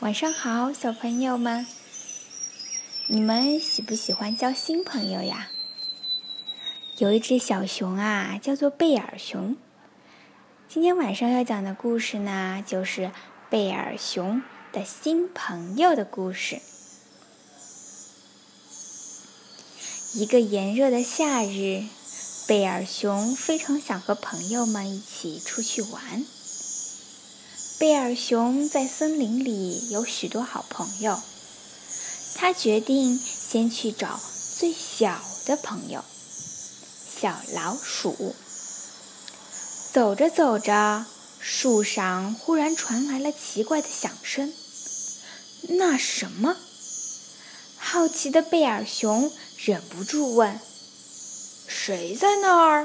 晚上好，小朋友们，你们喜不喜欢交新朋友呀？有一只小熊啊，叫做贝尔熊。今天晚上要讲的故事呢，就是贝尔熊的新朋友的故事。一个炎热的夏日，贝尔熊非常想和朋友们一起出去玩。贝尔熊在森林里有许多好朋友，他决定先去找最小的朋友——小老鼠。走着走着，树上忽然传来了奇怪的响声。那是什么？好奇的贝尔熊忍不住问：“谁在那儿？”“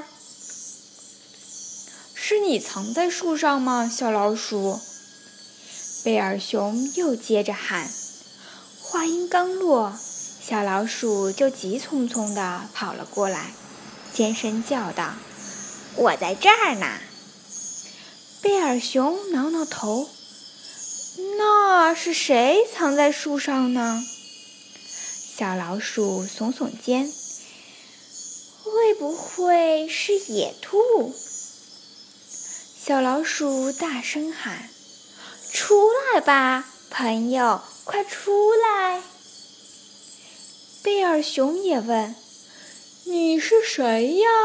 是你藏在树上吗，小老鼠？”贝尔熊又接着喊。话音刚落，小老鼠就急匆匆地跑了过来，尖声叫道：“我在这儿呢！”贝尔熊挠挠头，那是谁藏在树上呢？小老鼠耸耸肩，会不会是野兔？小老鼠大声喊：“出来吧，朋友，快出来！”贝尔熊也问：“你是谁呀？”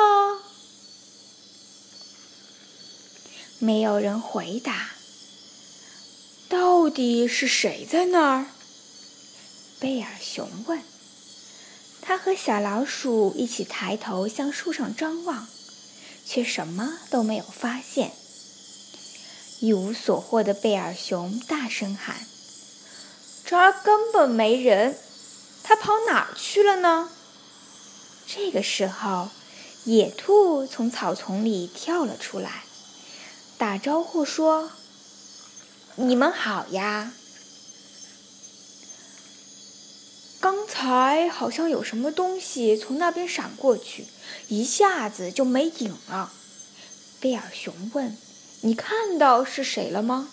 没有人回答。到底是谁在那儿？贝尔熊问。他和小老鼠一起抬头向树上张望，却什么都没有发现。一无所获的贝尔熊大声喊：“这儿根本没人，他跑哪儿去了呢？”这个时候，野兔从草丛里跳了出来，打招呼说：“你们好呀！刚才好像有什么东西从那边闪过去，一下子就没影了。”贝尔熊问：“你看到是谁了吗？”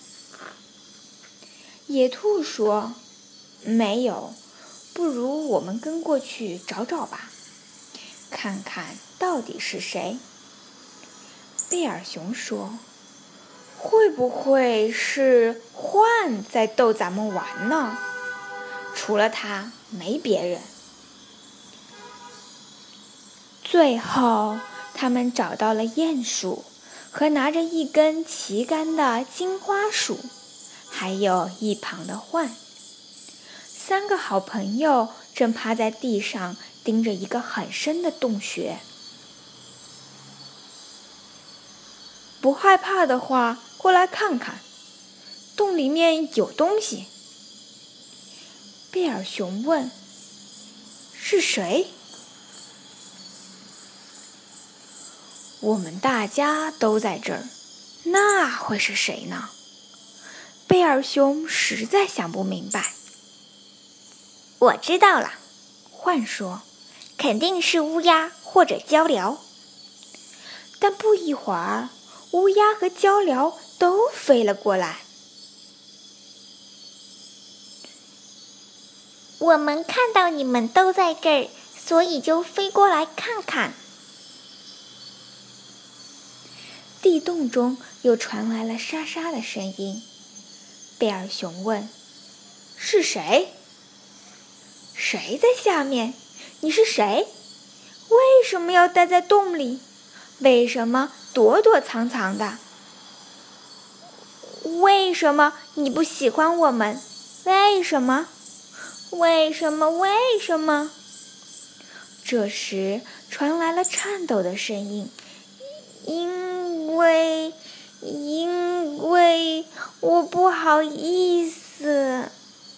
野兔说：“没有，不如我们跟过去找找吧，看看到底是谁。”贝尔熊说：“会不会是獾在逗咱们玩呢？除了他，没别人。”最后，他们找到了鼹鼠和拿着一根旗杆的金花鼠，还有一旁的獾。三个好朋友正趴在地上盯着一个很深的洞穴。“不害怕的话，过来看看，洞里面有东西。”贝尔熊问：“是谁？”“我们大家都在这儿，那会是谁呢？”贝尔熊实在想不明白。“我知道了。”獾说，“肯定是乌鸦或者鹪鹩。”但不一会儿，乌鸦和鹪鹩都飞了过来。“我们看到你们都在这儿，所以就飞过来看看。”地洞中又传来了沙沙的声音。贝尔熊问：“是谁？谁在下面？你是谁？为什么要待在洞里？为什么躲躲藏藏的？为什么你不喜欢我们？为什么？为什么？为什么？”这时传来了颤抖的声音：“因为我不好意思。”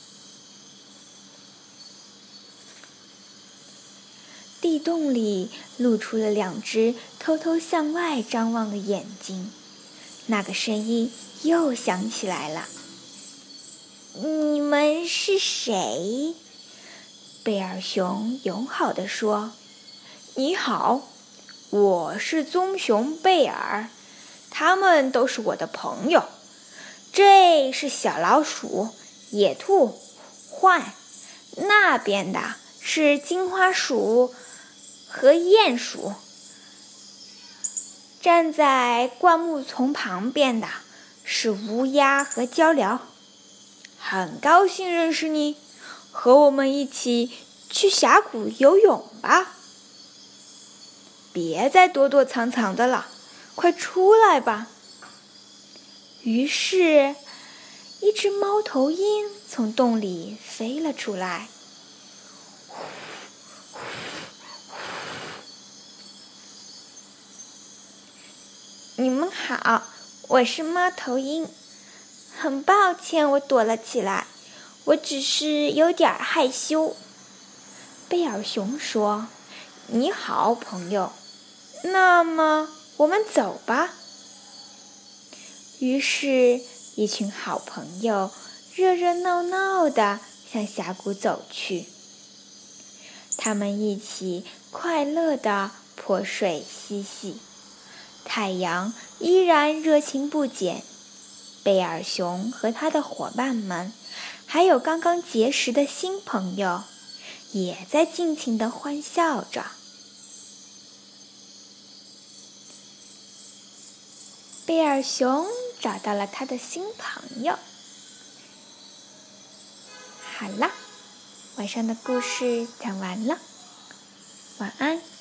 地洞里露出了两只偷偷向外张望的眼睛。那个声音又响起来了：“你们是谁？”贝尔熊友好地说：“你好，我是棕熊贝尔，他们都是我的朋友。这是小老鼠， 野兔、獾，那边的是金花鼠和鼹鼠。站在灌木丛旁边的是乌鸦和鹪鹩。很高兴认识你，和我们一起去峡谷游泳吧。别再躲躲藏藏的了，快出来吧。于是，一只猫头鹰从洞里飞了出来。你们好，我是猫头鹰。很抱歉我躲了起来，我只是有点害羞。贝尔熊说：“你好，朋友。那么我们走吧。”于是，一群好朋友热热闹闹地向峡谷走去。他们一起快乐地泼水嬉戏。太阳依然热情不减，贝尔熊和他的伙伴们，还有刚刚结识的新朋友，也在尽情地欢笑着。贝尔熊找到了他的新朋友。好了，晚上的故事讲完了，晚安。